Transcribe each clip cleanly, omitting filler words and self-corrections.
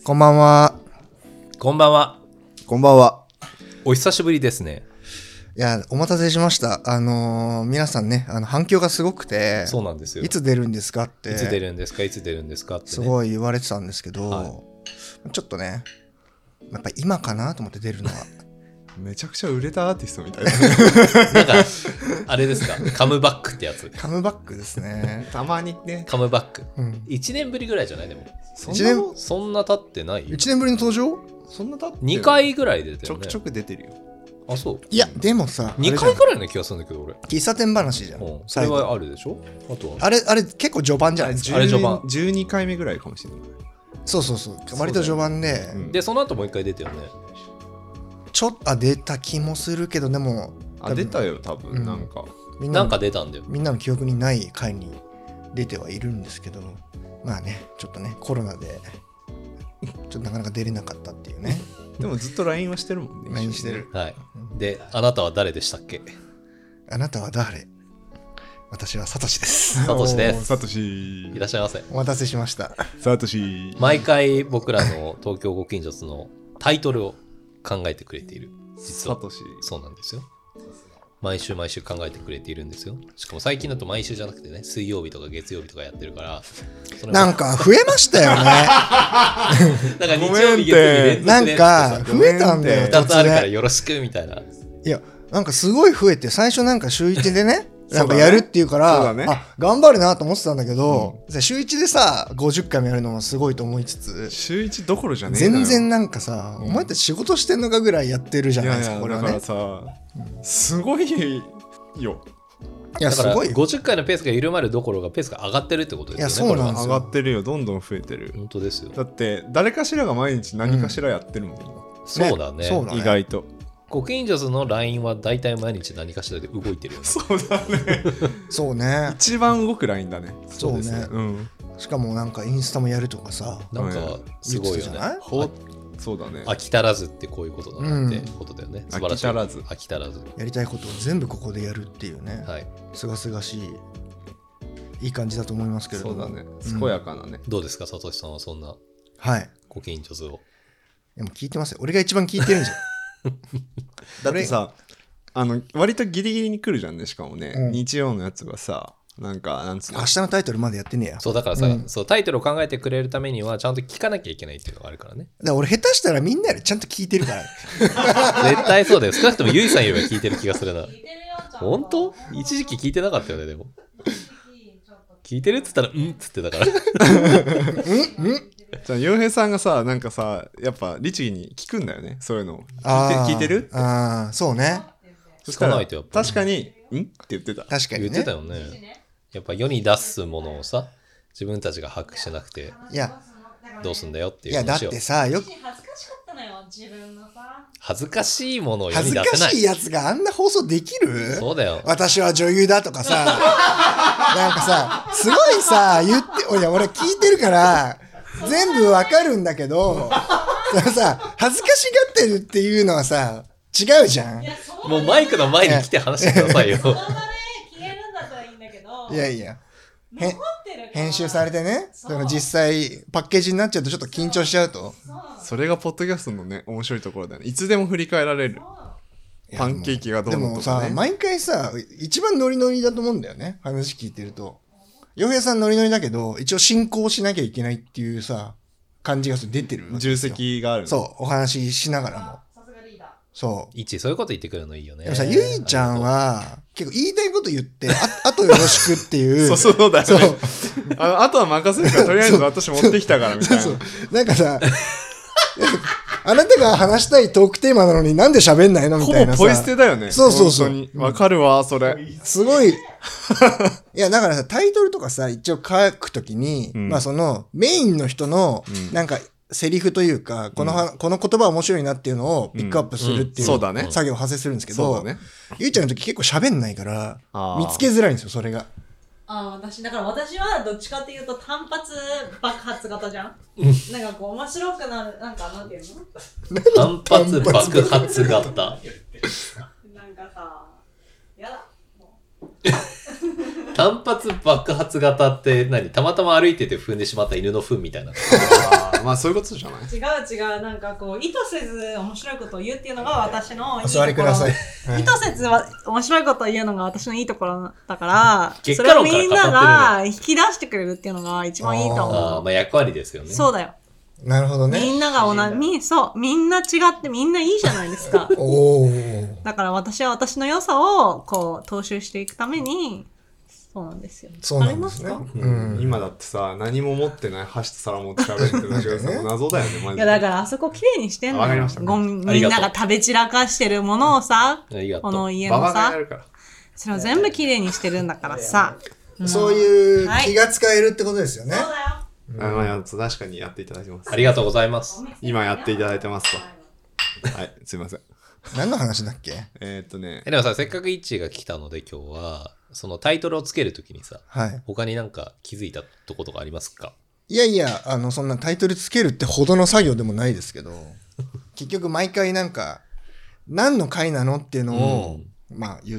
こんばんは。 こんばんは。 こんばんは。 お久しぶりですね。 いや、お待たせしました。皆さんね、反響がすごくて、 そうなんですよ。 いつ出るんですかって、 いつ出るんですかって、ね、 すごい言われてたんですけど、 はい、 ちょっとね、やっぱ今かなと思って出るのは。 めちゃくちゃ売れたアーティストみたいな。 なんか、あれですか、カムバックってやつ。 カムバックですね。 たまにね。 カムバック。 うん、 1年ぶりぐらいじゃないでも。そんな経ってないよ。 1年ぶりの登場？ そんな経って 2回ぐらい出てるね。 ちょくちょく出てるよ。 あ、そう。 いや、でもさ、 2回ぐらいの気がするんだけど、俺。 喫茶店話じゃん。 それはあるでしょ。あとはあれ結構序盤じゃないですか。 あれ序盤。 12回目ぐらいかもしれない。 そう割と序盤で、 で、その後もう1回出てるね。 出た気もするけど、でも出たよ多分、なんかなんか出たんだよ。 みんなの記憶にない回に出てはいるんですけど、まあね、ちょっとね、コロナでちょっとなかなか出れなかったっていうね。 でもずっと LINE はしてるもんね。 LINE してる。 はい。で、あなたは誰でしたっけ？ あなたは誰？私はサトシです。 サトシです。 サトシ。 いらっしゃいませ。 お待たせしました。 サトシ。 毎回僕らの東京ご近所のタイトルを考えてくれている。実はサトシ。 そうなんですよ。毎週考えてくれているんですよ。しかも最近だと毎週じゃなくてね、水曜日とか月曜日とかやってるから。 なんか増えましたよね。 なんか日曜日月曜日連続でなんか増えたんだよ。 2つあるからよろしくみたいな。 いや、なんかすごい増えて、最初なんか週1でね、なんかやるっていうから、 ね、 あ、頑張るなと思ってたんだけど、週1でさ、50回もやるのもすごいと思いつつ、 週1どころじゃねえのよ。 全然なんかさ、お前たち仕事してんのかぐらいやってるじゃないですか、これはね。 だからさ、すごいよ。 いや、すごいよ。 50回のペースが緩まるどころがペースが上がってるってことですよね。 いや、そうなんですよ。 上がってるよ、どんどん増えてる。 本当ですよ。 だって誰かしらが毎日何かしらやってるもん、 そうだね。 意外と。 ご近所の LINE は大体毎日何かしらで動いてるよね。 そうだね。 そうね。 一番動く LINE だね。 そうね。しかもなんかインスタもやるとかさ。 なんかすごいよね。 そうだね。 飽き足らずってこういうことだなってことだよね。素晴らしい。飽き足らず。 やりたいことを全部ここでやるっていうね。 はい。 すがすがしい、いい感じだと思いますけれども。 そうだね。健やかなね。 どうですか、サトシさんはそんな。 はい。 ご近所を。 でも聞いてますよ。俺が一番聞いてるんじゃん。 だってさ、割とギリギリに来るじゃんね、しかもね。日曜のやつがさ、なんつうの。 明日のタイトルまでやってねえや。 そうだからさ、そうタイトルを考えてくれるためにはちゃんと聞かなきゃいけないっていうのがあるからね。 だから俺下手したらみんなよりちゃんと聞いてるから。 絶対そうだよ。少なくともゆいさんよりは聞いてる気がするな。本当？一時期聞いてなかったよね、でも。聞いてるっつったら、っつってたから。 じゃあ、洋平さんがさ、なんかさ、やっぱ律儀に聞くんだよね、そういうのを。聞いてる？ ああ、そうね。 聞かないとやっぱ。 確かに、って言ってた。 確かにね。 言ってたよね。やっぱ世に出すものをさ、自分たちが把握してなくて、 いや、 どうすんだよっていう話を。いや、だってさ、 恥ずかしかったのよ、自分のさ。 恥ずかしいものを世に出せない。 恥ずかしいやつがあんな放送できる？ そうだよ。 私は女優だとかさ、なんかさ、すごいさ、言って、俺聞いてるから、全部わかるんだけど、さ、恥ずかしがってるっていうのはさ、違うじゃん。 もうマイクの前に来て話してくださいよ。 いやいや。編集されてね、実際パッケージになっちゃうとちょっと緊張しちゃうと。 それがポッドキャストのね、面白いところだね。いつでも振り返られる。パンケーキがどうのとか、ね、 でもさ、毎回さ、一番ノリノリだと思うんだよね。話聞いてると。洋平さんノリノリだけど、一応進行しなきゃいけないっていうさ、感じが出てる。 重責がある。 そう、お話ししながらも。そう。 そういうこと言ってくるのいいよね。 でもさ、ゆいちゃんは、結構言いたいこと言って、あとよろしくっていう。 そうだよね。そう。あとは任せるから、とりあえず私持ってきたからみたいな。そう。 なんかさ、あなたが話したいトークテーマなのになんで喋んないのみたいなさ。 ほぼポイ捨てだよね。 そうそうそう。 わかるわ、それ。 すごい。いや、だからさ、タイトルとかさ、一応書くときに、まあその、メインの人の、なんか、セリフというか、この言葉面白いなっていうのをピックアップするっていう作業を派生するんですけど、ゆいちゃんの時結構喋んないから、見つけづらいんですよ、それが。 私はどっちかっていうと単発爆発型じゃん。なんかこう面白くなる、なんかなんていうの？単発爆発型。 なんかさ、やだ。もう単発爆発型って何？たまたま歩いてて踏んでしまった犬の糞みたいな。 まあそういうことじゃない？ 違う。なんかこう、意図せず面白いことを言うっていうのが私のいいところ。 お座りください。 意図せず面白いことを言うのが私のいいところだから、それを結果論からみんなが引き出してくれるっていうのが一番いいと思う。 まあ役割ですよね。 そうだよ。 なるほどね。 みんながみんな違ってみんないいじゃないですか。 おー。 だから私は私の良さをこう踏襲していくために、そうなんですよ。 そうなんですね。 ありますか？ 今だってさ、何も持ってない箸と皿持って喋ってるだけでさ、謎だよね、マジで。 いやだからあそこ綺麗にしてんのよ。 わかりましたみんなが食べ散らかしてるものをさ、 ありがとうこの家ババのさがやるから。 それを全部綺麗にしてるんだからさ。 そういう気が使えるってことですよね。 そうだよ。 確かにやっていただいてます。 ありがとうございます。 今やっていただいてますと。はい、すいません。 何の話だっけ？ でもさ、せっかくイッチーが来たので今日は、そのタイトルをつけるときにさ、 はい。 他になんか気づいたとことかありますか？ いやいや、そんなタイトルつけるってほどの作業でもないですけど、結局毎回なんか、何の回なのっていうのを、まあ言って、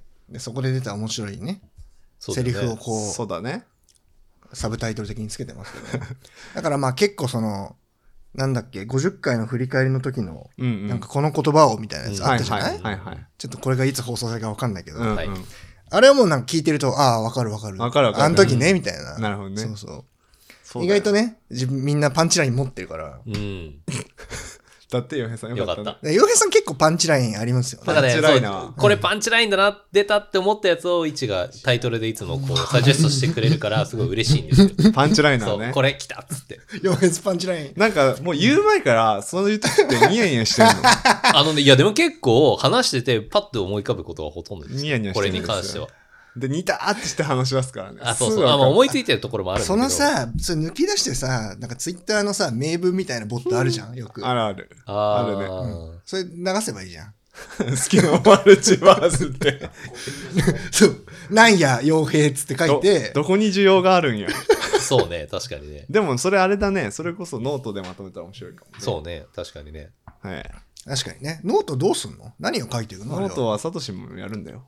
でそこで出た面白いね、セリフをこう、 そうだね。 サブタイトル的につけてますけど、だからまあ結構その、なんだっけ、50回の振り返りの時の、なんかこの言葉をみたいなやつあったじゃない？ はいはい。 ちょっとこれがいつ放送されるか分かんないけど、 はいあれはもうなんか聞いてると、ああ、分かる。あの時ね、みたいな。 なるほどね。 そう。意外とね、みんなパンチライン持ってるから。 だって、洋平さんよかった。 洋平さん結構パンチラインありますよね。 だからね、これパンチラインだな、出たって思ったやつをイチがタイトルでいつもこうサジェストしてくれるからすごい嬉しいんですよ。 パンチライナーね。 そう、これ来たっつって。 洋平さんパンチライン。 なんかもう言う前から、そういう時ってニヤニヤしてるの。 いやでも結構話しててパッと思い浮かぶことがほとんどです。 ニヤニヤしてるんですよ。 これに関しては。 で、似たーってして話しますからね。 そう。思いついてるところもあるんだけど。 そのさ、それ抜き出してさ、なんかツイッターのさ、名文みたいなボットあるじゃん、よく。 ある。あるね。 それ流せばいいじゃん。 好きなマルチバースって。 そう。なんや、傭兵っつって書いて。 どこに需要があるんや。 そうね、確かにね。 でもそれあれだね。それこそノートでまとめたら面白いかも、ね。 そうね、確かにね。 はい。 確かにね。ノートどうすんの？何を書いていくの？ ノートはサトシもやるんだよ。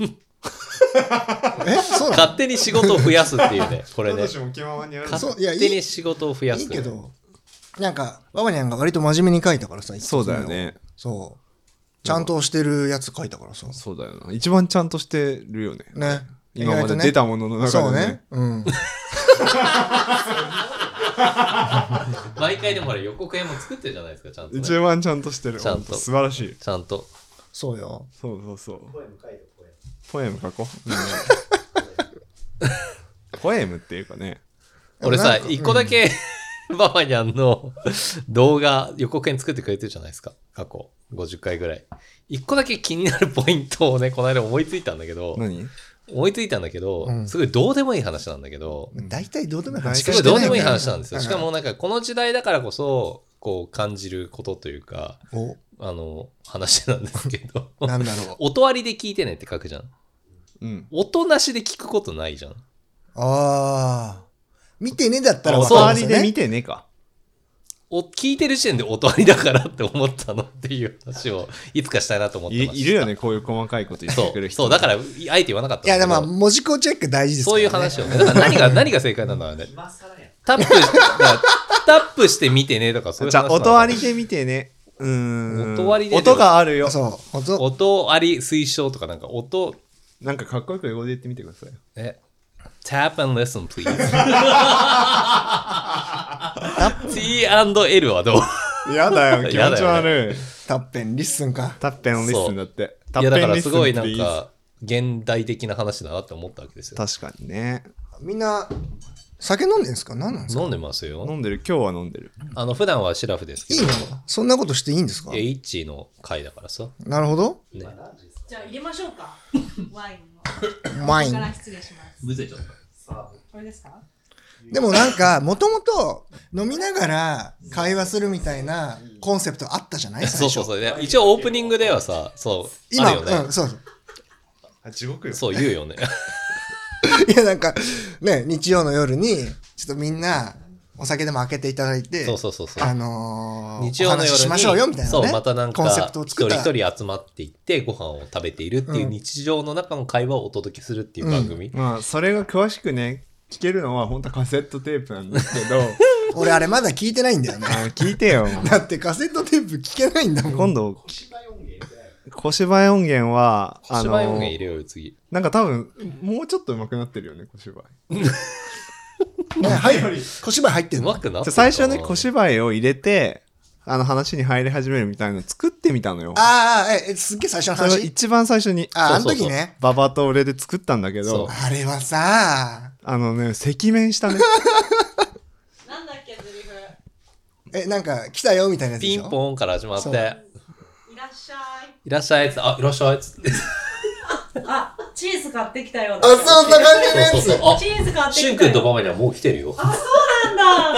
そうなの？ 勝手に仕事を増やすっていうね、これね。 サトシも気ままにやるんだよ。勝手に仕事を増やす。 いいけど、なんか、ワバニャンが割と真面目に書いたからさ、 そうだよね。 そう。ちゃんとしてるやつ書いたからさ。 そうだよな。一番ちゃんとしてるよね。 ね。 今まで出たものの中でね。 そうね。うん。 毎回でもほら予告編も作ってるじゃないですか、ちゃんと、ね。 一番ちゃんとしてる。 ちゃんと。 素晴らしい。 ちゃんと。 そうよ。 そう。ポエム書こう。ポエムっていうかね。 俺さ、一個だけ、ババニャンの動画予告編作ってくれてるじゃないですか。過去50回ぐらい。一個だけ気になるポイントをね、この間思いついたんだけど。 何？ 思いついたんだけど、すごいどうでもいい話なんだけど。 大体どうでもいい話。 すごいどうでもいい話なんですよ。しかもなんかこの時代だからこそ、こう感じることというか、話なんですけど。 なんだろう。 音ありで聞いてねって書くじゃん。 うん。 音なしで聞くことないじゃん。 ああ。見てねだったら分かるんですね。音ありで見てねか。 聞いてる時点で音ありだからって思ったのっていう話をいつかしたいなと思ってました。 いるよね、こういう細かいこと言ってくる人。 そう、だから、あえて言わなかったんだけど。 いや、でも文字工チェック大事ですからね。 そういう話をね。だから何が正解なんだろうね。タップして見てねとかそういう話。 じゃあ、音ありで見てね。 音ありで。 音があるよ。 そう。 音あり推奨とかなんかなんかかっこよく英語で言ってみてください。 Tap and listen, please. T&L はどう？ やだよ、気持ち悪い。 タッペン、リッスンか。 タッペン、リッスンだって。 いや、だからすごいなんか、現代的な話だなって思ったわけですよ。 確かにね。 みんな、酒飲んでんすか？何なんですか？ 飲んでますよ。 飲んでる、今日は飲んでる。 普段はシラフですけど。 いいの？そんなことしていいんですか？ イッチーの回だからさ。 なるほど。 じゃあ入れましょうか。ワインを。 ワイン。 ここから失礼します。 むせちゃった。 これですか？ でもなんか、もともと飲みながら会話するみたいなコンセプトあったじゃない？ そう。一応オープニングではさ、そう、 今、 あるよね。 そう。 地獄よ。 そう言うよね。 いや、なんか、ね、日曜の夜に、ちょっとみんな、 お酒でも開けていただいて、 そうそう。 日曜の夜にお話ししましょうよみたいなね。 そう、またなんかコンセプトを一作った人一人集まっていってご飯を食べているっていう日常の中の会話をお届けするっていう番組。 まあそれが詳しくね聞けるのは本当はカセットテープなんですけど俺あれまだ聞いてないんだよね。 聞いてよだってカセットテープ聞けないんだもん。 今度小芝居音源は小芝居音源入れようよ次。 なんか多分もうちょっと上手くなってるよね小芝居はい、小芝居入ってんの。 うまくなってるかな。 最初ね小芝居を入れて話に入り始めるみたいなの作ってみたのよ。 すっげえ最初のそれは話。 一番最初にあの時ね。 ババと俺で作ったんだけど、 あれはさ、 赤面したねなんだっけ、セリフ。 なんか来たよみたいなやつでピしょ。 ンポーンから始まって、 そういらっしゃい。 いらっしゃいっつって、あ、いらっしゃいっつって。 あ、チーズ買ってきたよ。 あ、そんな感じのやつ。 あ、 チーズ買ってシュンきたよ。 君とママにはもう来てるよ。 なん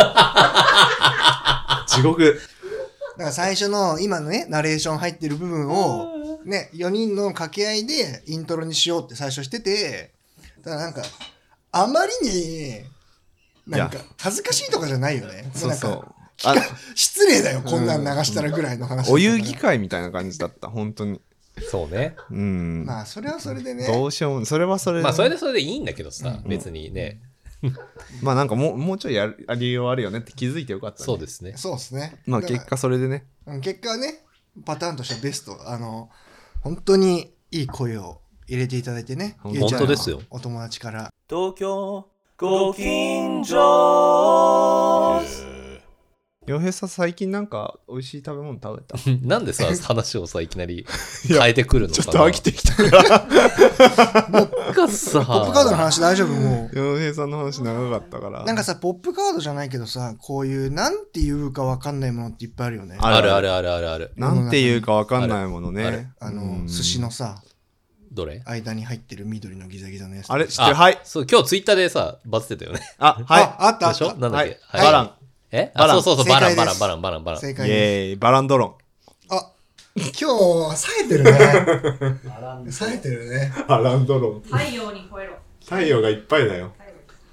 だ。 地獄だから最初の今のね、ナレーション入ってる部分を、ね、4人の掛け合いでイントロにしようって最初してて、だからなんか、あまりに、なんか、恥ずかしいとかじゃないよね。 そうそう。 失礼だよ、こんなん流したらぐらいの話。 お遊戯会みたいな感じだった、本当に。 そうね。 まあ、それはそれでね。 どうしようも、それはそれで。 まあ、それでそれでいいんだけどさ、別にね。 まあなんかもうちょいやりようあるよねって気づいてよかったね。 そうですね。 そうですね。 まあ結果それでね。 結果はね、パターンとしてはベスト。本当にいい声を入れていただいてね。 本当ですよ。 お友達から。 東京ご近所。 洋平さん最近なんか美味しい食べ物食べたなんでさ、話をさ、いきなり変えてくるのかな。 ちょっと飽きてきたからがさ、 ポップカードの話大丈夫もう。 洋平さんの話長かったから。 なんかさ、ポップカードじゃないけどさ、こういうなんて言うかわかんないものっていっぱいあるよね。 あるあるあるあるある。 なんて言うかわかんないものね。 寿司のさ、 どれ間に入ってる緑のギザギザのやつ。 あれ知ってるはい。 そう、今日ツイッターでさ、バズってたよね。 はい。 あったあでしょった。 なんだっけバラン。 あ、そうそうそう、バラン。 正イ解です。 ェーイ、バランドロン。 あ、今日、冴えてるね。冴えてるね。 バランドロン。 太陽に超えろ。 太陽がいっぱいだよ。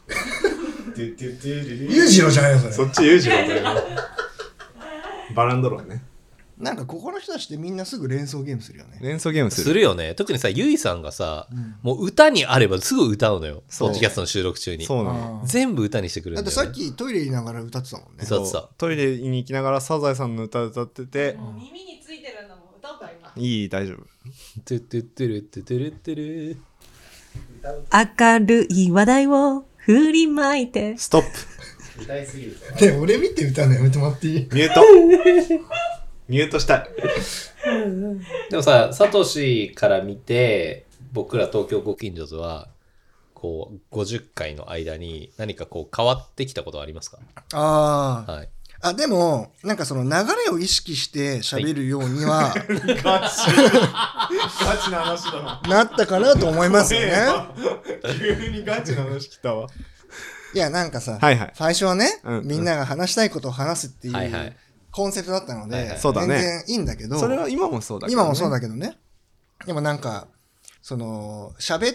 裕次郎じゃないのそれ。 そっち裕次郎だよ。バランドロンね。 なんかここの人たちってみんなすぐ連想ゲームするよね。 連想ゲームする。 するよね。特にさ、ゆいさんがさ、もう歌にあればすぐ歌うのよ。ポッドキャストの収録中に。 そうなの。 全部歌にしてくるんだよね。 だってさっきトイレ言いながら歌ってたもんね。 歌ってた。 トイレに行きながらサザエさんの歌歌ってて、 耳についてるんだもん。歌うか今。 いい、大丈夫。 トゥトゥトゥルトゥトゥルトゥル。 明るい話題を振りまいて。 ストップ。 ね俺見て歌うのやめてもらっていい？ ミュート。ミュートしたい。 でもさ、サトシから見て、僕ら東京ご近所図は、こう、50回の間に何かこう変わってきたことはありますか？ ああ。 はい。 あ、でも、なんかその流れを意識して喋るようには、 ガチな話だな。 なったかなと思いますよね。 急にガチな話来たわ。 いや、なんかさ、 はいはい最初はね、 うんみんなが話したいことを話すっていう、 はいはいコンセプトだったので、 はいはいそうだね全然いいんだけど、 それは今もそうだけど、ね。 今もそうだけどね。でもなんか、その、喋って、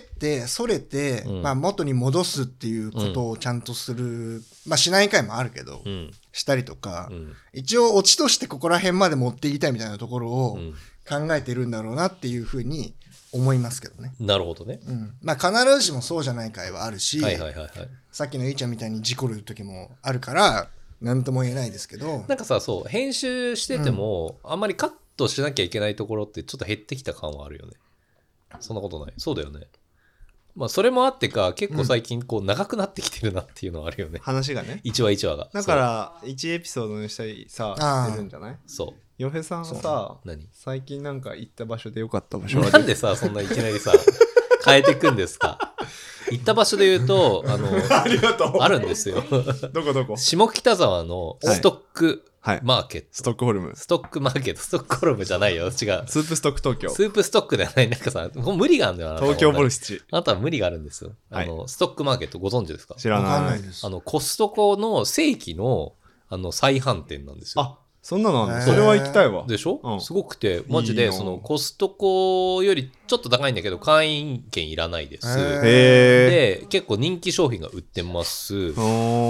それて、まあ元に戻すっていうことをちゃんとする、まあしない回もあるけど、 うん。 したりとか、 うん。 一応オチとしてここら辺まで持っていきたいみたいなところをうん考えてるんだろうなっていうふうに思いますけどね。 なるほどね。 まあ必ずしもそうじゃない回はあるし、 はいはいはいはい。 さっきのゆいちゃんみたいに事故る時もあるから、なんとも言えないですけど、 なんかさ、そう、編集してても、あんまりカットしなきゃいけないところってちょっと減ってきた感はあるよね。そんなことない。そうだよね。まあ、それもあってか、結構最近、こう、長くなってきてるなっていうのはあるよね。 話がね。 一話一話が。 だから、1エピソードにしたりさ、 あーしてるんじゃないそう。 ヨヘさんはさ、 何最近なんか行った場所で良かった場所はなんでさ、そんないきなりさ、変えてくんですか？行った場所で言うと、 ありがとう。 あるんですよ。 どこどこ下北沢のストックはい。 マーケット。 ストックホルム。 ストックマーケット、ストックホルムじゃないよ。違う。 スープストック東京。 スープストックではない。なんかさ、もう無理があるんだよ。あなた東京ボルシチ。 あなたは無理があるんですよ。 はいストックマーケットご存知ですか？ 知らわかんな。 ないいです。 コストコの正規の、再販店なんですよ。 あ、そんなのあんの？ へーそれは行きたいわ。 でしょ、 うんすごくて、マジで、 いいなその、コストコよりちょっと高いんだけど、会員券いらないです。 へーへで、結構人気商品が売ってます。 ー。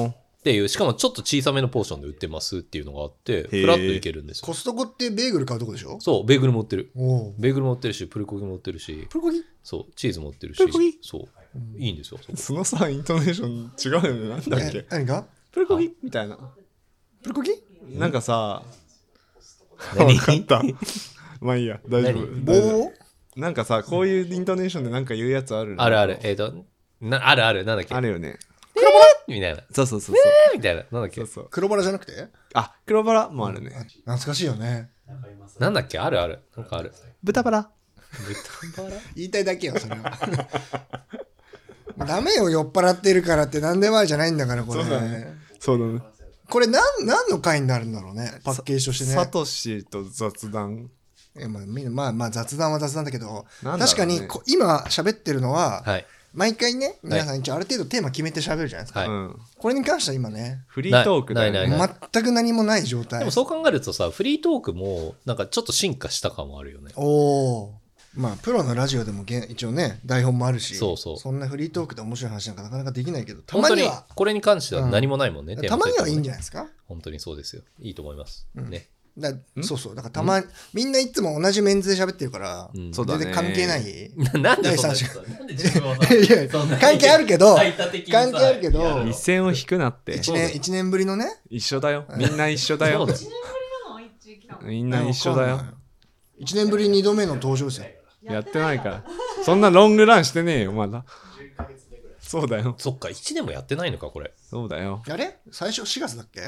っていう、しかもちょっと小さめのポーションで売ってますっていうのがあって、 ーフラッといけるんですよ。 コストコってベーグル買うとこでしょ？ そう、ベーグルも売ってる。 おうベーグルも売ってるし、プルコギも売ってるし、 プルコギ？ そう、チーズも売ってるしプルコギ、 そう、いいんですよ。そこそのさ、イントネーション違うよね。なんだっけ何が？ プルコギみたいな。 プルコギ？ なんかさ、 何わかった。まあいいや、大丈夫。 何大丈夫棒？ なんかさ、こういうイントネーションでなんか言うやつあるあるある。あるある。なんだっけあるよね。 みたいな。 そうそうそうみたいな。なんだっけそう。そう。 黒バラじゃなくて？ あ、黒バラもあるね。 懐かしいよね。 なんだっけあるある。なんかある。 豚バラ。 豚バラ言いたいだけよ、それは。ダメよ、酔っ払ってるからって何でもありじゃないんだから、これ。 そうだねそうだね。 これ何の回になるんだろうね、パッケージとしてね。 サトシと雑談。 まあ雑談は雑談だけど、 なんだろうね確かに今喋ってるのは、 はい。 毎回ね、皆さん一応ある程度テーマ決めて喋るじゃないですか。 はい。 うん。 これに関しては今ね、 フリートークだよね。 ない全く何もない状態。 でもそう考えるとさ、フリートークもなんかちょっと進化した感もあるよね。 おお。まあプロのラジオでも一応ね台本もあるし、 そうんなフリートークで面白い話なんかなかなかできないけど、た本当にまにはこれに関しては何もないもんね。テーマたまにはいいんじじゃないですか。 本当にそうですよ。いいと思います。ね。 そうそう、だからみんないつも同じメンズで喋ってるから、 うんそうだね全然関係ない。 なんで第三そんな者なんで自分をさいやそんな関係あるけど排他的にさ関係あるけどやるの一線を引くなって。 一年ぶりのね、 一緒だよ。みんな一緒だよそう。だよ 1年ぶりなの一来たのみんな一緒だよ。 1年ぶり2度目の登場ですよ。 やってないから。そんなロングランしてねえよ、まだ。そうだよ。 そっか、1年もやってないのか、これ。 そうだよ。 あれ最初4月だっけ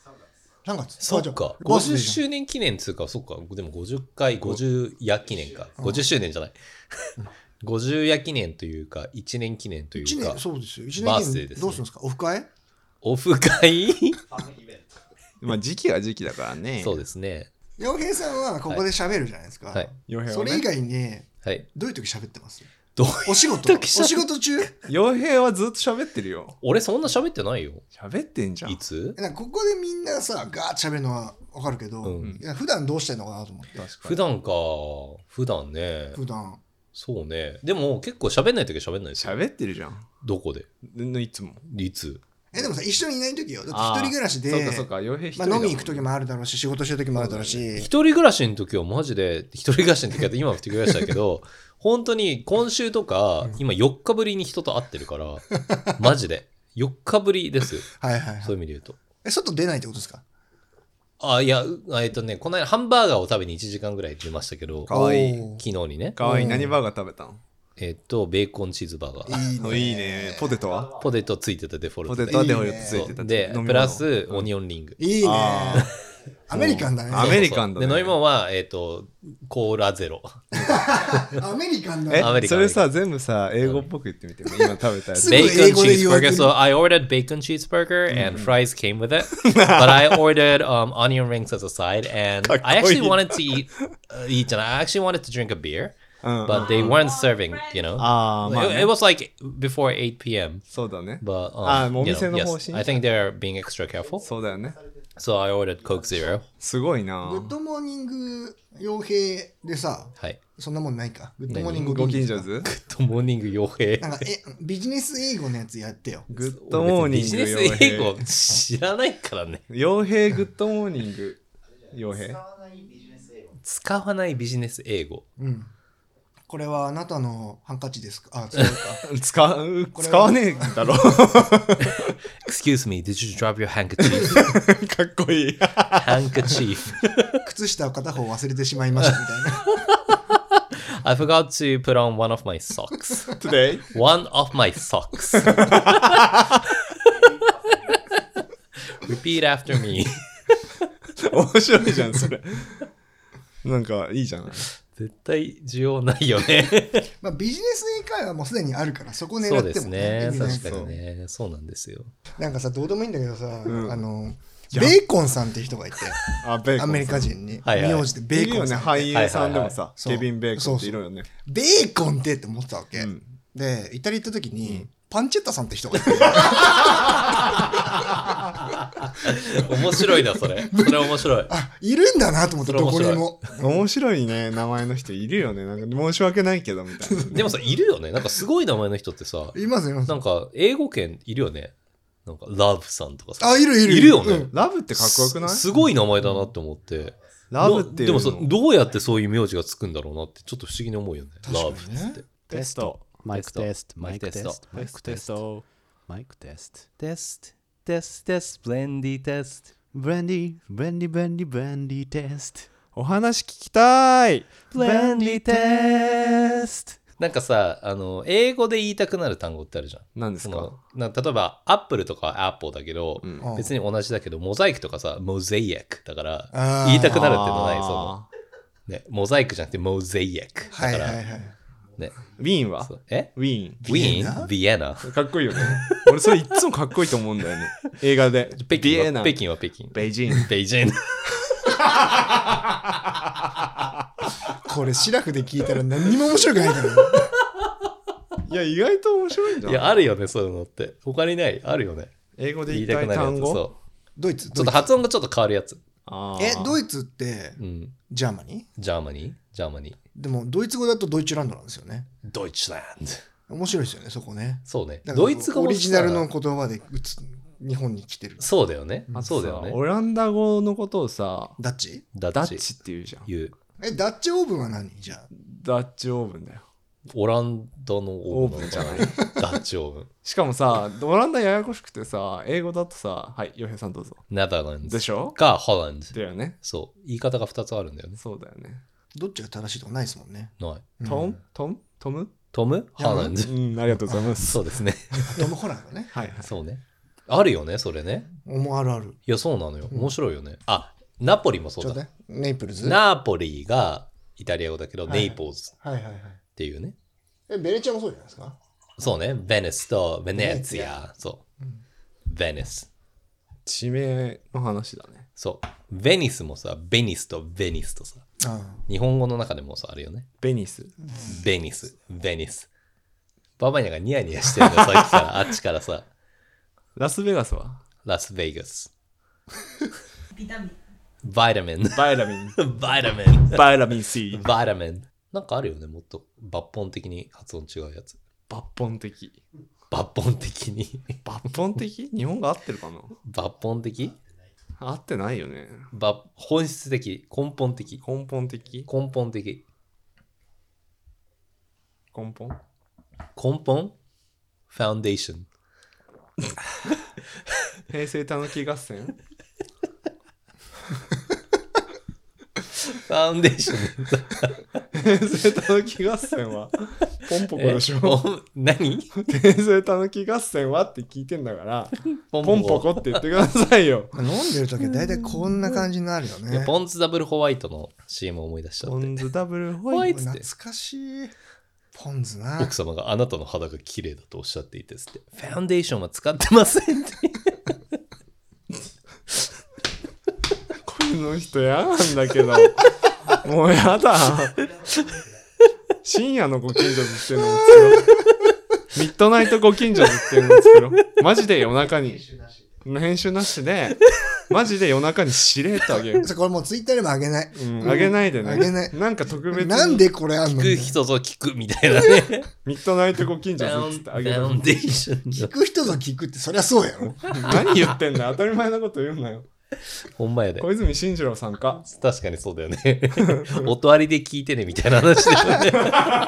？3月。 そっか。50周年記念つうか、そっか。でも50回、50夜記念か。50周年じゃない。50夜記念というか、1年記念という 1 か年、、そうですよ。1年記念バースデーですねどうするんですか？オフ会？ オフ会まあ時期は時期だからね。 そうですね。 洋平さんはここで喋るじゃないですか。 はい。 傭兵はねそれ以外にはい。 どういう時喋ってます？ どうお仕事時喋お仕事中？ 傭兵はずっと喋ってるよ。 俺そんな喋ってないよ。 喋ってんじゃん。 いつなんかここでみんなさガーッと喋るのはわかるけど、 うんいや普段どうしてんのかなと思って。 普段か。普段ね。 普段。 そうね。でも結構喋んない時は喋んないですよ。 喋ってるじゃん。 どこでいつも。 いつでもさ一緒にいない時よ。だって一人暮らしで、 そうかそうか、傭兵一人だもんね。 まあ、飲み行く時もあるだろうし仕事してる時もあるだろうし。 一人暮らしの時はマジで、一人暮らしの時は今は一人暮らしだけど、本当に今週とか、今4日ぶりに人と会ってるから、マジで。4日ぶりですよ。 はいはいはい。 そういう意味で言うと。 外出ないってことですか？ あ、いや、この間ハンバーガーを食べに1時間ぐらい出ましたけど、 かわいい。 おー昨日にね。 かわいい。何バーガー食べたの？ ベーコンチーズバーガー。 いいね。 いいね。ポテトは？ ポテトついてたデフォルトで。 ポテトはデフォルトいいねついてた。 で飲み、物プラスオニオンリング。 いいねあ。 アメリカンだね。 アメリカンだねで、飲み物は、コーラゼロ。 アメリカンだね。 アメリカンそれさ、全部さ、英語っぽく言ってみて。今食べたやつす。ぐ Bacon 英語で言われて cheeseburger. る So I ordered bacon cheeseburger and fries came with it. But I ordered onion rings as a side. And I actually wanted to eat, and I actually wanted to drink a beer. うん。 But they weren't serving, you know. あー、まあ It ね was like before 8 p.m. そうだね。 But あー、もうお you 店 know, の yes, 方針 I think they're being extra careful. そうだよね。 So I ordered Coke Zero. すごいなグッドモーニング傭兵でさ、 はい。 そんなもんないか。グッドモーニングご近所ズ。 図グッドモーニング傭兵。 なんかビジネス英語のやつやってよ。 グッドモーニングビジネス英語知らないからね。 傭兵グッドモーニング傭兵使わないビジネス英語。 うん。これはあなたのハンカチですか？あ、違うか。 使わねえだろ Excuse me, did you drop your handkerchief? かっこいい handkerchief. 靴下を片方忘れてしまいましたみたいな。 I forgot to put on one of my socks. Today One of my socks. Repeat after me. 面白いじゃんそれなんかいいじゃない絶対需要ないよね。 まあビジネス英会話もすでにあるからそこ狙そうってもですね。 意味ない確かにね。そうなんですよ。 なんかさどうでもいいんだけどさ、 んベーコンさんって人がいてあベーコンさんアメリカ人にはいはい名字でベいるよねーコンさん、 俳優さんでもさそうケビン・ベーコンっているよねベーコンってって思ってたわけ、 うんでイタリア行った時に、パンチェッタさんって人がいて面白いな、それ。それ面白い。 あいるんだなと思ってどそれ面白いこにも面白いね名前の人いるよねなんか申し訳ないけどみたいなでもさ、いるよね。なんかすごい名前の人ってさ、 いますいますなんか英語圏いるよね。 なんかラブさんとかさ。 あ、いるよね。 ラブってかっこよくない？ すごい名前だなって思って。 ラブっていうのでもさ、どうやってそういう名字がつくんだろうなってちょっと不思議に思うよね。ラブっつって。 テスト。 マイクテスト。マイクテスト。マイクテスト。マイクテスト。テスト。テスト。テスト。ブレンディテスト。ブレンディ。ブレンディ。ブレンディ。ブレンディテスト。 お話聞きたい。 ブレンディテスト。 なんかさ、英語で言いたくなる単語ってあるじゃん。 何ですか？ 例えば、アップルとかはアップルだけど、別に同じだけど、モザイクとかさ、モザイアックだから、言いたくなるっていうのない、その、ね、モザイクじゃなくてモザイアック。だから、 はいはいはい。 ね。 ウィーンは？ ウィーン。 ウィーンビエナ。 かっこいいよね。俺それいつもかっこいいと思うんだよね。映画で。 北京は北京。 ベイジン。 ベイジン。 これ、シラフで聞いたら何にも面白くないからね。 いや、意外と面白いんじゃん。 いや、あるよね、そういうのって。他にない？あるよね。 英語で言いたい単語？ そう。 ドイツちょっと発音がちょっと変わるやつ。 ドイツって、ジャーマニー？ ジャーマニー。 でも、ドイツ語だとドイツランドなんですよね。 ドイツランド。 面白いですよね、そこね。 そうね。 ドイツ語オリジナルの言葉で日本に来てる。 そうだよね。そうだよね。 オランダ語のことをさ、 ダッチって言うじゃん。 ダッチオーブンは何じゃあ。 ダッチオーブンだよ。 オランダのオーブンじゃない。ダッチオーブン。 しかもさ、オランダややこしくてさ、英語だとさ、はい、洋平さんどうぞ。 ネダーランドでしょ？ か、ホランド。 だよね。 そう。言い方が2つあるんだよね。 そうだよね。 どっちが正しいとかないですもんね。 ない。 トムホランド。 ありがとうございます。 そうですね。 トム・ホランドね。 はいはい。 そうね。あるよね、それね。 あるある。 いや、そうなのよ。面白いよね。あ、ナポリもそうだ。 ネイプルズ？ ナポリがイタリア語だけど、ネイポーズっていうね。 ベネチアもそうじゃないですか？ そうね。ベネスとベネツィア。そう。ベネス。 地名の話だね。 そう。ベニスもさ、ベニスとベニスとさ。日本語の中でもさ、あるよね。 ベニス。 ベニス。ババニャがニヤニヤしてるの、さっきからあっちからさ。 ラスベガスは？ ラスベガス。 ビタミン。 バイタミン。 バイタミン C。 バイタミン。なんかあるよね、もっと抜本的に発音違うやつ。 抜本的に。 抜本的？日本語合ってるかな？ 抜本的？ 合ってないよね。 本質的、根本的。 根本ファウンデーション。 平成たぬき合戦？ ファウンデーション。 平成たぬき合戦はポンポコでしょ？ 何？ 平成たぬき合戦はって聞いてんだからポンポコって言ってくださいよ。 飲んでる時は大体こんな感じになるよね。 ポンズダブルホワイトの CM を思い出しちゃって。 ポンズダブルホワイト懐かしい。ポンズな。 奥様があなたの肌が綺麗だとおっしゃっていて、ファウンデーションは使ってませんって。 この人嫌なんだけど。もうやだ。深夜のご近所ずっていうのを作ろう。ミッドナイトご近所ずっていうのを作ろう。マジで夜中に。編集なしで、マジで夜中にしれっとあげる。 これもうツイッターでもあげない。 あげないでね。 あげない。 なんか特別に。 なんでこれあんの？ 聞く人ぞ聞くみたいなね。 ミッドナイトご近所ずってあげる。 ファウンデーション。 聞く人ぞ聞くってそりゃそうやろ。 何言ってんだよ。当たり前なこと言うなよ。 ほんまやで。 小泉進次郎さんか。 確かにそうだよね。おとわりで聞いてねみたいな話だよね。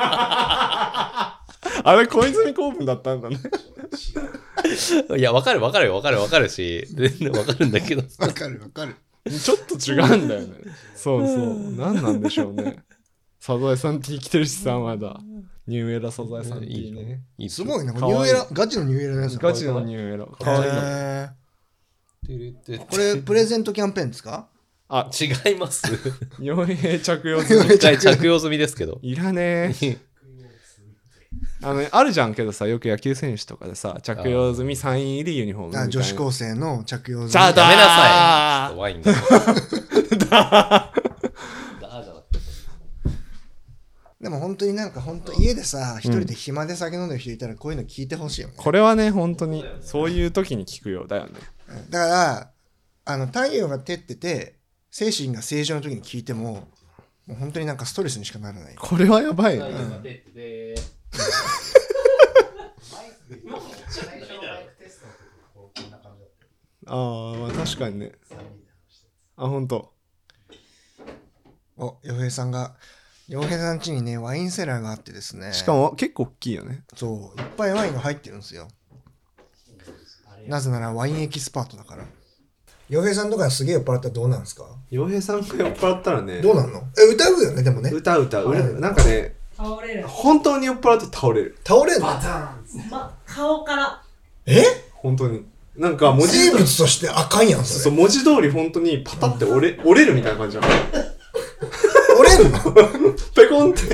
あれ小泉公文だったんだね。 いや、わかるし、全然わかるんだけど。 わかる。 ちょっと違うんだよね。そう。何なんでしょうね。サザエさん T 来てるしさ、まだ。ニューエラサザエさん T ね。 すごいね。ニューエラ、ガチのニューエラのやつ。 ガチのニューエラ。かわいいの。 これプレゼントキャンペーンですか？ あ、違います。 傭兵着用済み。 一回着用済みですけど。 いらねえ。あるじゃんけどさ、よく野球選手とかでさ、着用済みサイン入りユニフォームみたいな。 女子高生の着用済み。 じゃあダメなさい。ワインだ。 でも本当になんか家でさ、一人で暇で酒飲んでる人いたらこういうの聞いてほしいよね。 これはね、本当にそういう時に聞くよだよね。 だから太陽が照ってて精神が正常な時に聞いても、もう本当になんかストレスにしかならない。 これはやばいね。 まあ確かにね。あ、ほんと。 お、洋平さん家にね、ワインセラーがあってですね。 しかも結構大きいよね。 そう、いっぱいワインが入ってるんですよ。なぜならワインエキスパートだから。洋平さんとかすげえ酔っ払ったらどうなんですか？ 洋平さんが酔っ払ったらね。 どうなんの？歌うよね、でもね。 歌う。なんかね、 倒れる。 本当に酔っ払うと倒れる。 倒れるの？ 顔から。 本当に。なんか文字生物としてあかんやん、それ。 そう、文字通り本当にパタって折れるみたいな感じなの。 折れるの？ ペコンって。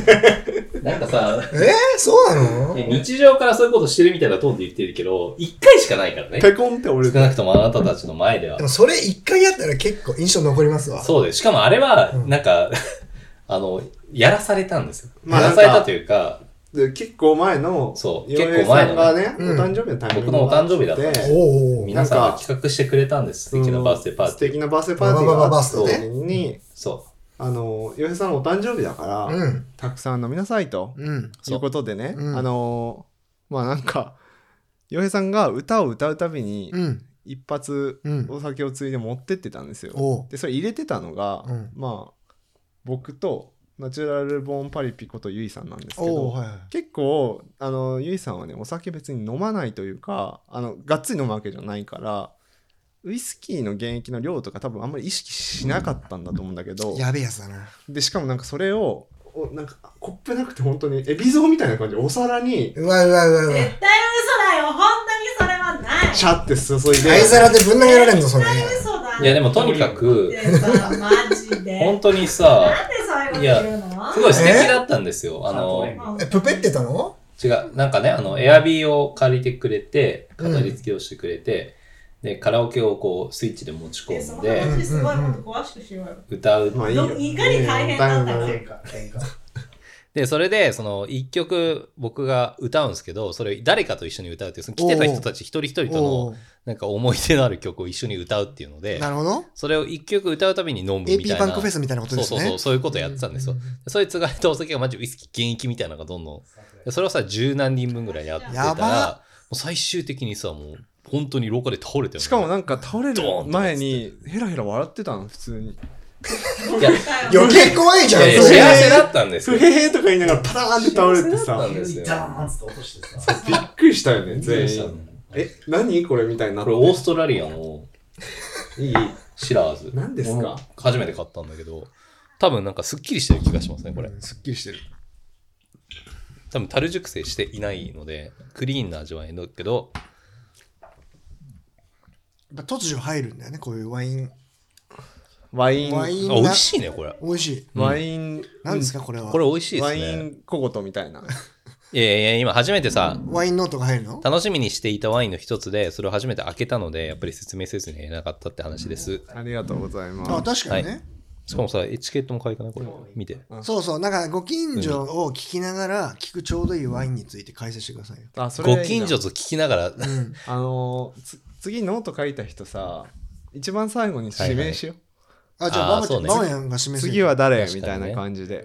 なんかさ、 そうなの？ 日常からそういうことしてるみたいなトーンで言ってるけど、一回しかないからね。 ペコンって折れる。 少なくともあなたたちの前ではで。もそれ一回やったら結構印象残りますわ。 そうです。しかもあれは、なんか、やらされたんですよ。 まあやらされたというか、 で結構前の、 そう洋平さんがね、お誕生日のタイミング僕のお誕生日だったんですよ。 おお。 皆さんが企画してくれたんです。素敵なバースデーパーティー。 素敵なバースデーパーティーがあったバースデ時に、 そ洋平さんのお誕生日だから、たくさん飲みなさいと、いうことでね、まあなんか、洋平さんが歌を歌うたびに、一発お酒をついで持ってってたんですよ。で、それ入れてたのが、まあ、僕と、ナチュラルボーンパリピことゆいさんなんですけど、結構ゆいさんはねお酒別に飲まないというかがっつり飲むわけじゃないからウイスキーの原液の量とか多分あんまり意識しなかったんだと思うんだけど、 やべえやつだな。 でしかもなんかそれをなんかコップなくて本当にエビゾウみたいな感じでお皿にうわうわうわうわ絶対嘘だよ。本当にそれはない。 シャって注いで灰皿でぶん投げられんのそれ。 嘘だ。 う。いやでもとにかく、 マジで。 本当にさ、 なんでそういうこと言うの？ すごい素敵だったんですよ。 プペってたの？ 違う、なんかね、エアビーを借りてくれて、飾り付けをしてくれて、で、カラオケをこう、スイッチで持ち込んで、 話すごいもっと詳しくしようよ。 歌う。 まあいいよ。 いかに大変だったか。 で、それで、一曲僕が歌うんですけど、それ誰かと一緒に歌うっていう、その来てた人たち一人一人との、なんか思い出のある曲を一緒に歌うっていうので、 なるほど。 それを一曲歌うたびに飲むみたいな。 AP パンクフェスみたいなことですね。 そういうことをやってたんですよ。そいつがやったお酒がマジウイスキー原液みたいなのがどんどん、それをさ、十何人分ぐらいやってたら、もう最終的にさ、もう、本当に廊下で倒れてる。 しかもなんか倒れる前にヘラヘラ笑ってたの普通に。 いや余計怖いじゃん。 幸せだったんですよ。 ふへへとか言いながらパターンって倒れてさ。びっくりしたよね、全員。何これみたいになって。 これオーストラリアのいいシラーズ。 何ですか？ 初めて買ったんだけど、多分なんかスッキリしてる気がしますね、これ。 すっきりしてる。 多分樽熟成していないので、クリーンな味わいだけど、 突如入るんだよね、こういうワイン。 美美味しいね、これ。 美味しい。 ワイン。 何ですか、これは。 これ美味しいですね。 ワイン小言みたいな。 いや、今初めてさ、 ワインノートが入るの？ 楽しみにしていたワインの一つで、それを初めて開けたので、やっぱり説明せずに言えなかったって話です。 ありがとうございます。 あ、確かにね。 しかもさ、エチケットも可愛くないこれ。見て。 そうそう、なんかご近所を聞きながら、聞くちょうどいいワインについて解説してくださいよ。 ご近所と聞きながら、 次ノート書いた人さ、一番最後に指名しよう。 あ、じゃあ、バマヤンが指名する。 次は誰みたいな感じで。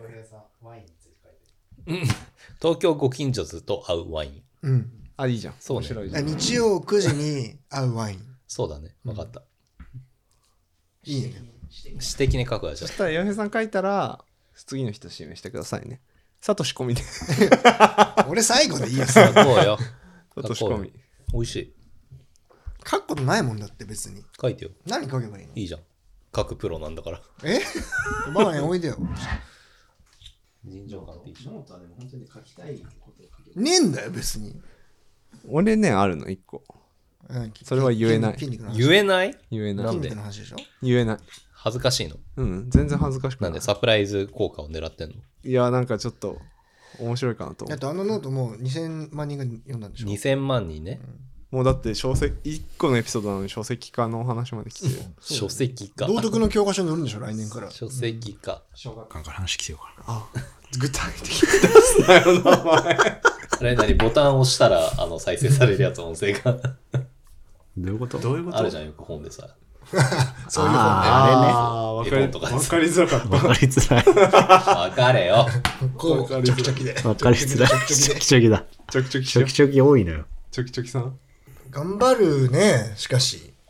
東京ご近所図と合うワイン。 うん。 あ、いいじゃん。 そうね。 面白いじゃん。 日曜9時に合うワイン。 そうだね。わかった。 いいね。 詩的に書くわ、じゃそしたら、洋平さん書いたら、次の人指名してくださいね。サトシ込みで。 俺最後でいいやつ。 書こうよ。 サトシ込み。 美味しい。 書くことないもんだって別に。 書いてよ。 何書けばいいの？ いいじゃん。書くプロなんだから。 バマヤンおいでよ。 尋常感っていいじゃん。 ねえんだよ、別に。 俺ね、あるの、一個。それは言えない。 言えない？ 言えない。 なんで？ 言えない。 恥ずかしいの？ うん、全然恥ずかしくない。 なんでサプライズ効果を狙ってんの？ いや、なんかちょっと面白いかなと思って。 あのノートもう2000万人が読んだんでしょ？ 2000万人ね。 もうだって書籍、1個のエピソードなのに書籍化のお話まで来てる。 書籍化。 道徳の教科書に載るんでしょ、来年から。 書籍化。 小学館から話来てよかな。 具体的に出すなよ、名前。 あれ何ボタンを押したら再生されるやつ音声が。 どういうことあるじゃん、よく本でさ。 そういう本ね。 あれね。分かりづらかった。 分かりづらい。 分かれよ。 こう、チョキチョキで。 分かりづらい。チョキチョキだ。 チョキチョキチョキチョキ多いのよ。 チョキチョキさん。 頑張るね、しかし。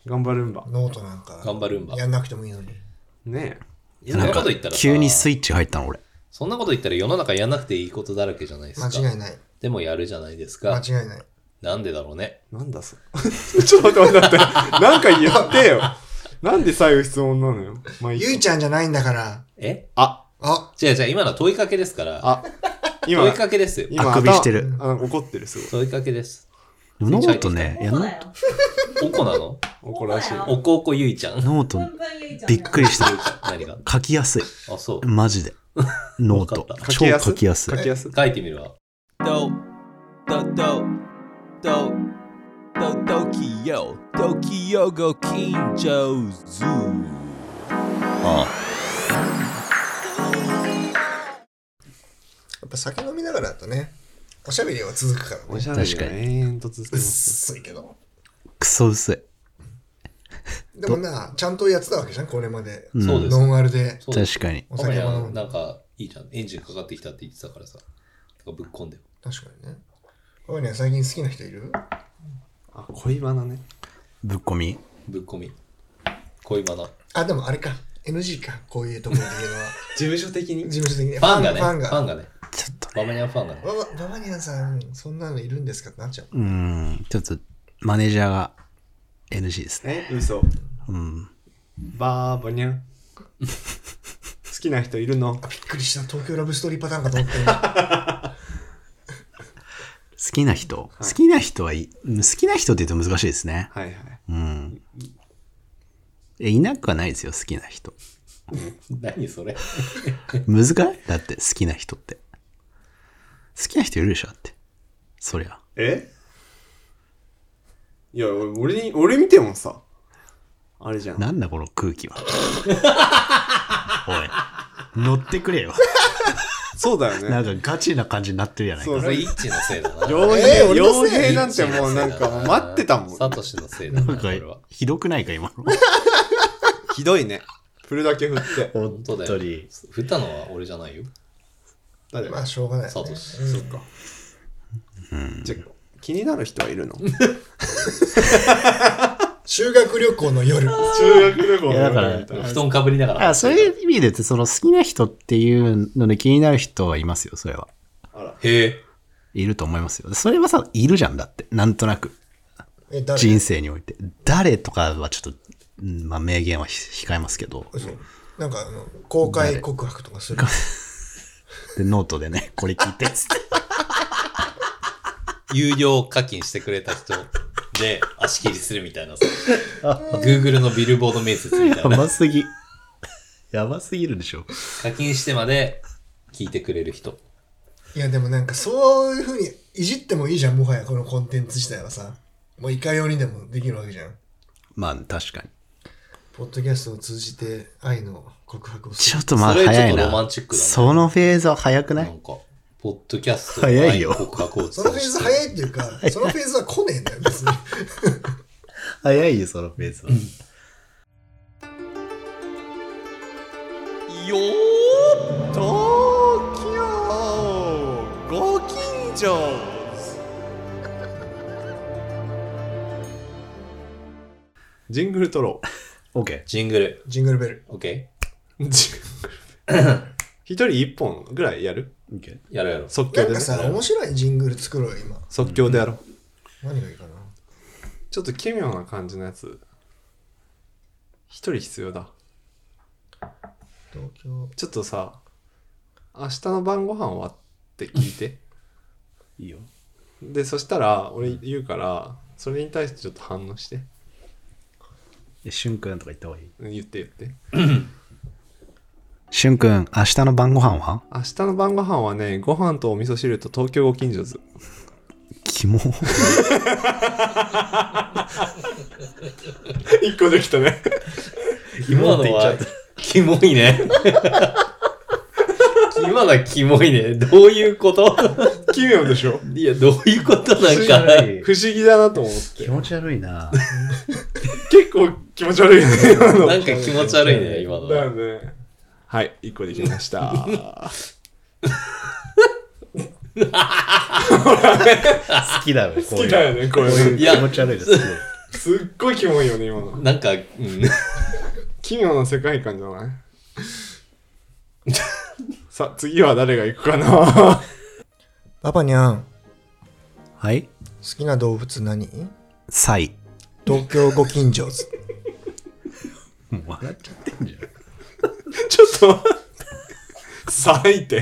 頑張るんば。 ノートなんか頑張るんばやんなくてもいいのにねえ。そんなこと言ったらさ急にスイッチ入ったの俺。 そんなこと言ったら世の中やんなくていいことだらけじゃないですか。 間違いない。 でもやるじゃないですか。 間違いない。 なんでだろうね。 なんだそちょっと待って。なんか言ってよ。なんで最後質問なのよ。 ゆいちゃんじゃないんだから。 違う、今のは問いかけですから。問いかけですよ。 あくびしてる。 怒ってる、すごい。 問いかけです。 ノートね。 おこなの？ おこらしい。 おこおこゆいちゃん。 ノート、びっくりした。 何が？ 書きやすい。 あ、そう。 マジで。ノート。超書きやすい。 書いてみるわ。 ドキヨご近所ズー。 やっぱ酒飲みながらだとね、おしゃべりは続くからね。 おしゃべりが延々と続きます。 薄いけど。 クソ薄い。 でもな、ちゃんとやってたわけじゃん、これまで。 そうです。 ノンアルで。 確かに。 お酒も飲んで。 なんか、いいじゃん。エンジンかかってきたって言ってたからさ。ぶっ込んでよ。 確かにね。これね、最近好きな人いる？ 恋バナね。 ぶっ込み。 恋バナ。 でもあれか。NG か。こういうところで言うのは。 事務所的に。 事務所的に。 ファンがね。 ちょっとババニャンファンがね。 ババニャンさん、そんなのいるんですかってなっちゃう。 ちょっと、マネージャーが NG ですね。 嘘。バーバニャン。好きな人いるの？ びっくりした。東京ラブストーリーパターンかと思って好きな人って言うと難しいですね。 はいはい。 いなくはないですよ、好きな人。 何それ難しいだって好きな人って。好きな人いるでしょだって。そりゃ。 いや、俺見てもさ、あれじゃん。 なんだこの空気は。おい、乗ってくれよ。 そうだよね。 なんかガチな感じになってるやないか。 それイッチのせいだな。 傭兵なんてもうなんか待ってたもん。 サトシのせいだな。 なんかひどくないか今の。 ひどいね。振るだけ振って。 本当だよ。振ったのは俺じゃないよ。 誰？ まあしょうがない。 サトシ。 そっか。じゃ気になる人はいるの？ 修学旅行の夜。 いやだから布団かぶりながら。 そういう意味で言ってその好きな人っていうので気になる人はいますよ、それは。 へえ。 いると思いますよ。それはさ、いるじゃんだって。なんとなく。人生において。誰とかはちょっと、まあ明言は控えますけど。 なんか公開告白とかする。 で、ノートでね、これ聞いてっつって。 有料課金してくれた人で足切りするみたいなさ。Google のビルボード面接みたいな。 やばすぎるでしょ。 課金してまで聞いてくれる人。 いやでもなんかそういう風にいじってもいいじゃん、もはやこのコンテンツ自体はさ。もういかようにでもできるわけじゃん。 まあ確かに。 ポッドキャストを通じて愛の告白をする。 ちょっとまあ早いな。 それちょっとロマンチックだね。 そのフェーズは早くない？ なんか、ポッドキャストの愛の告白を通じて。 そのフェーズ早いっていうか、そのフェーズは来ねえんだよ、別に。 早いよ、そのフェーズは。 よー東京ご近所。 ジングル撮ろう。OK。 ジングルベル。 OK。 一人一本ぐらいやる？ OK。 やろうやろう。 即興でね。 なんかさ、面白いジングル作ろうよ、今。 即興でやろう。 何がいいかな。 ちょっと奇妙な感じのやつ。一人必要だ。 東京。 ちょっとさ、明日の晩ご飯はって聞いて。 いいよ。 で、そしたら、俺言うから、それに対してちょっと反応して。 しゅんくんとか言った方がいい？ 言って。 しゅんくん、明日の晩ご飯は？ 明日の晩ご飯はね、ご飯とお味噌汁と東京ご近所図。 キモ。 一個できたね。 今のは、キモいね。今のはキモいね。どういうこと？ 奇妙でしょ？ いや、どういうことなんか。 不思議だなと思って。 気持ち悪いな。 結構気持ち悪いね、今の。 なんか気持ち悪いね、今の。 だよね。はい、一個できました。 好きだよね、こういう。 好きだよね、こういう。 いや、 気持ち悪いです。 すっごいキモいよね今の。 なんか、 奇妙な世界観じゃないさあ次は誰が行くかな。 パパにゃん、 はい。 好きな動物何？ サイ。 東京ご近所図。 もう笑っちゃってんじゃん。 ちょっと待って。咲いて。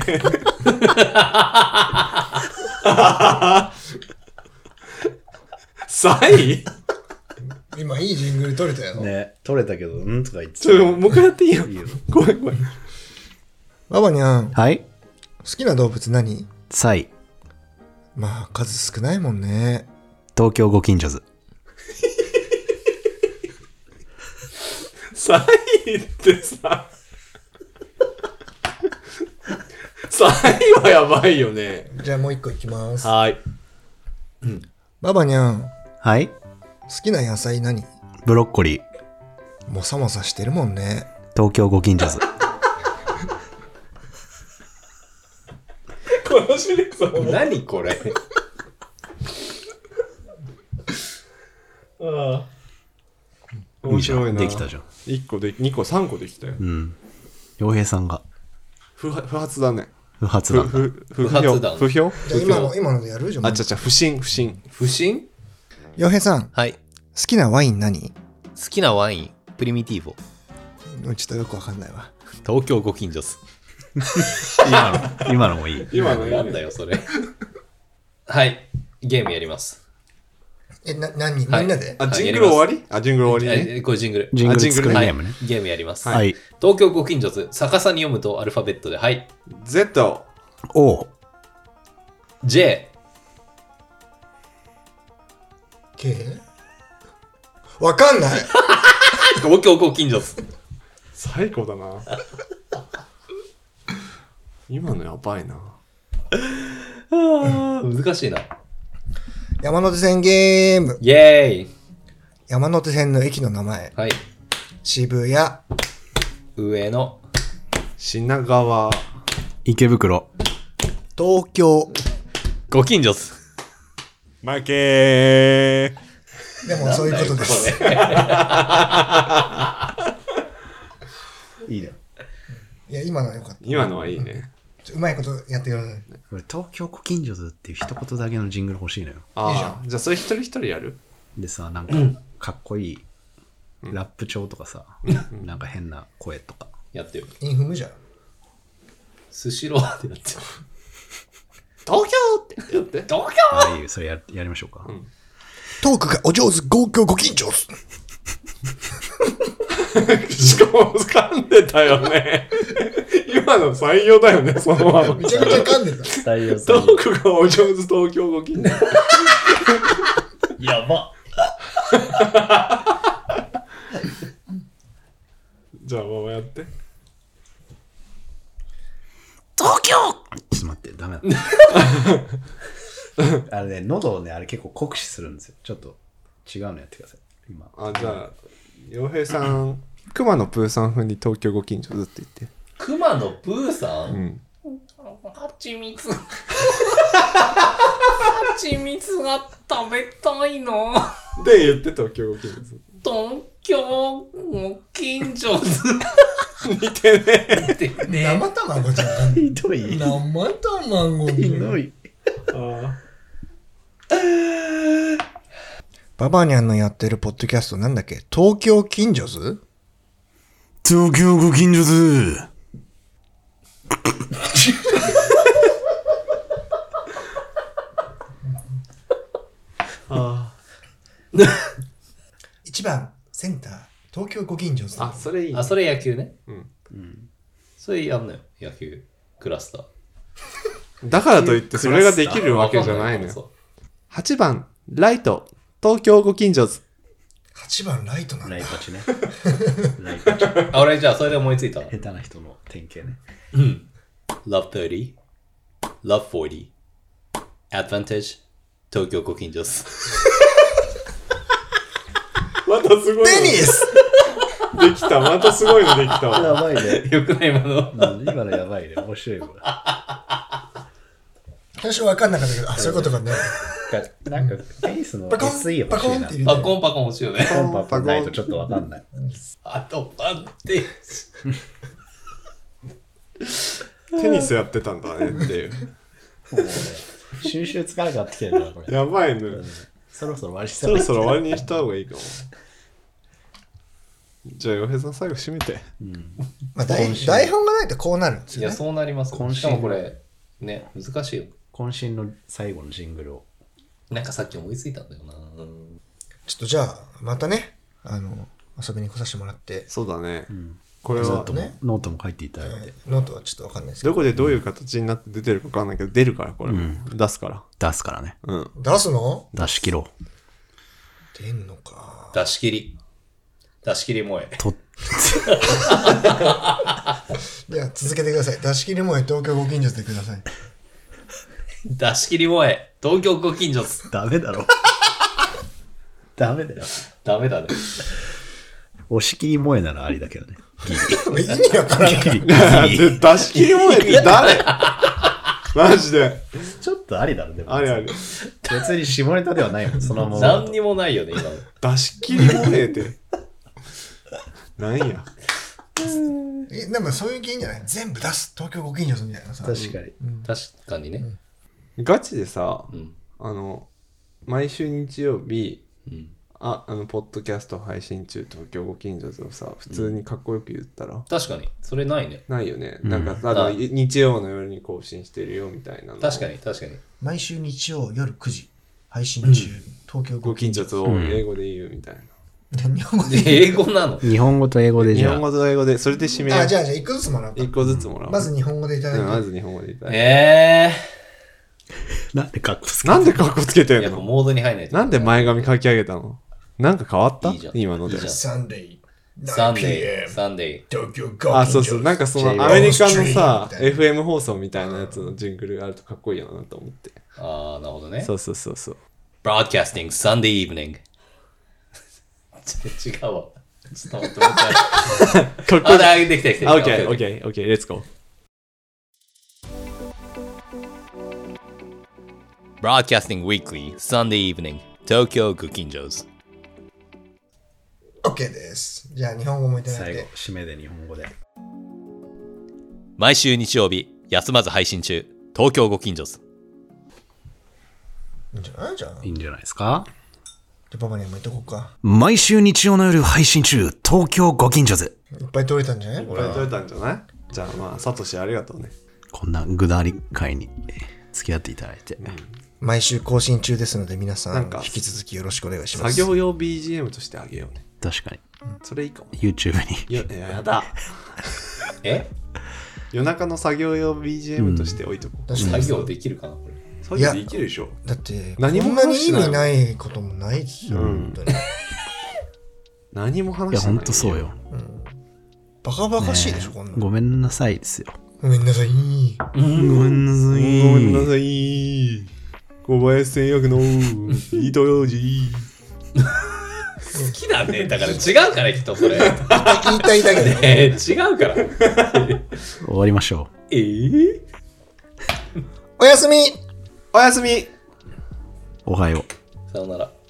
サイ？ 今いいジングル撮れたよ。 ね、取れたけど、とか言ってた。 ちょっともう一回やっていいよ。 いいよ。 ごめんごめん。 パパにゃん、 はい。 好きな動物何？ サイ。 まあ数少ないもんね。 東京ご近所図。 サイってさ。サイはやばいよね。 じゃあもう一個いきます。 はい。 パパにゃん、 はい。 好きな野菜何？ ブロッコリー。 もさもさしてるもんね。 東京ご近所図。 このシリーズは何これ。 ああ。面白いな。 できたじゃん。 1個で、2個、3個できたよ。 うん。洋平さんが不発だね。 不発なんだ。 不発弾不評じゃあ今のでやる？じゃあもうあ、不審。 不審？ 洋平さん、好はい。 きなワイン何？ 好きなワイン、プリミティーボ。 ちょっとよくわかんないわ。 東京ご近所図。 今のもいい。 今のなんだよ、それ。はい。ゲームやります。 何人？ はいみんなで？ あ、ジングル終わり？あ、ジングル終わりね。 これジングル。 ジングル作るゲはいームね。 ゲームやります。 はい。 東京ご近所図、逆さに読むとアルファベットで、はい。 Z。 O。 J。 K？ わかんない。 東京ご近所図。 最高だな。今のやばいな。 難しいな。 山手線ゲーム。 イェーイ。 山手線の駅の名前。 はい。 渋谷。 上野。 品川。 池袋。 東京。 ご近所図。 負けー。 でもそういうことです。 いいね。 いや、今のはよかった。 今のはいいね。 うまいことやってください。 これ東京ご近所図っていう一言だけのジングル欲しいのよ。 ああ、 いいじゃんじゃあそれ一人一人やる？ でさ、なんかかっこいいラップ調とかさ、なんか変な声とか。 やってよ。 インフムじゃん。 スシローってやってよ。 東京って言って。 東京ああいう、それやりましょうか。 トークがお上手、東京ご近所。 しかも噛んでたよね。今の採用だよね、そのまま。 めちゃくちゃ噛んでた。 採用トークがお上手東京ご近所。 やば。 じゃあもうやって。 東京ちょっと待って、ダメだ。あれね、喉をね、あれ結構酷使するんですよ。ちょっと違うのやってください。今。 あ、じゃあ、洋平さん、熊野プーさん風に東京ご近所ずっと言って。 熊野プーさん、 うん。 はちみつ。はちみつが食べたいな。 で、言って東京ご近所ずっ東京ご近所図。 と。似てね。 生卵じゃん。 ひどい。 生卵ひどい。 あババニャンのやってるポッドキャストなんだっけ？東京近所図？ 東京ご近所図。 あ。 1番センター東京ご近所図。 あ、それいいね。 あ、それ野球ね。 うん。 それやんのよ、野球。クラスター。 だからといってそれができるわけじゃないのよ。8番、ライト、東京ご近所図。 8番ライトなんだ。 ライパチね。ライパチ。 あ、俺じゃあそれで思いついたわ。 下手な人の典型ね。 Love 30, Love 40, Advantage, 東京ご近所図。 またすごいのテニスできた。またすごいのできたわ。 やばいね。 よくない今の。 今のやばいね。面白いわ。 最初わかんなかったけど、あ、そういうことかね。 なんかテニスの SE 欲しいな。 パコンパコン欲しいよね。 パコンパコンないとちょっとわかんない。 あとパンテテニスやってたんだねっていう。もうね、 収集つかなくなってきてるな、これ。 やばいね。 そろそろ終わりしたそろそろ終わりにした方がいいかも。じゃあ、洋平さん最後締めて。 まあ、台本がないとこうなるんですよね。 いや、そうなります。しかもこれ、ね、難しいよ。 渾身の最後のジングルを。 なんかさっき思いついたんだよな。 ちょっとじゃあ、またね、遊びに来させてもらって。 そうだね。これはね、ノートも書いていただいて。 ノートはちょっとわかんないですけど。 どこでどういう形になって出てるかわかんないけど、出るから、これ。出すから。 出すからね。 出すの？ 出し切ろう。 出んのか。 出し切り萌え。 では続けてください。出し切り萌え東京ご近所でください。 出し切り萌え東京ご近所。 ダメだろ。ダメだよ。 ダメだね。 押し切り萌えならありだけどね。 意味わからない。 出し切り萌えって誰？マジで。 ちょっとありだろ、でも。 あれ。 別に下ネタではないもん、そのまま。 何にもないよね、今の。 出し切り萌えって。なんや。 でもそういう気いいんじゃない？全部出す。東京ご近所みたいなさ。 確かに。 確かにね。 ガチでさ、毎週日曜日、ポッドキャスト配信中、東京ご近所をさ、普通にかっこよく言ったら、 確かに。それないね。 ないよね。なんか、日曜の夜に更新してるよみたいなの。 確かに。 毎週日曜夜9時、配信中、東京ご近所と英語で言うみたいな。 日本語で英語なの？ 日本語と英語でじゃあ。 日本語と英語で、それで締めよう。 じゃあ一個ずつもらうか。 一個ずつもらおう。 まず日本語でいただいて。 まず日本語でいただいて。 なんでカッコつけてなんでカッコつけてんの？ やっぱモードに入んないと。 なんで前髪書き上げたの？なんか変わった？ いいじゃん今ので。 サンデー。 サンデー。 東京ご近所。 そうそう。なんかそのアメリカのさ、FM 放送みたいなやつのジングルがあるとかっこいいよなと思って。 なるほどね。 そう。 Broadcasting Sunday evening。違うわ。ちょっと待って、もう一回。できた。 OK, let's go. Broadcasting weekly, Sunday evening, Tokyo ご近所。 OK です。じゃあ日本語もいただいて。 最後、締めで日本語で。 毎週日曜日、休まず配信中、東京ご近所。 いいんじゃない？じゃあ。 いいんじゃないですか？ じゃあパパにも言っとこうか。 毎週日曜の夜配信中、東京ご近所。 いっぱい取れたんじゃない？ いっぱい取れたんじゃない？じゃあまあ、サトシありがとうね。 こんなぐだり会に付き合っていただいて。 毎週更新中ですので皆さん引き続きよろしくお願いします。 作業用 BGM としてあげようね。 確かに。 それいいかも。 YouTube に。 やだ。夜中の作業用 BGM として置いとこう。 作業できるかなこれ。 作業できるでしょ。 だって何もこんなに意味ないこともないですよ。本当に。 何も話してない。 いや本当そうよ。 バカバカしいでしょこんな。 ごめんなさいですよ。 ごめんなさい。 ごめんなさい。 小林製薬の糸ようじ。 好きだね。だから違うから人それ。 言いたいだけで。 違うから。 終わりましょう。 おやすみ。 おやすみ。 おはよう。 さよなら。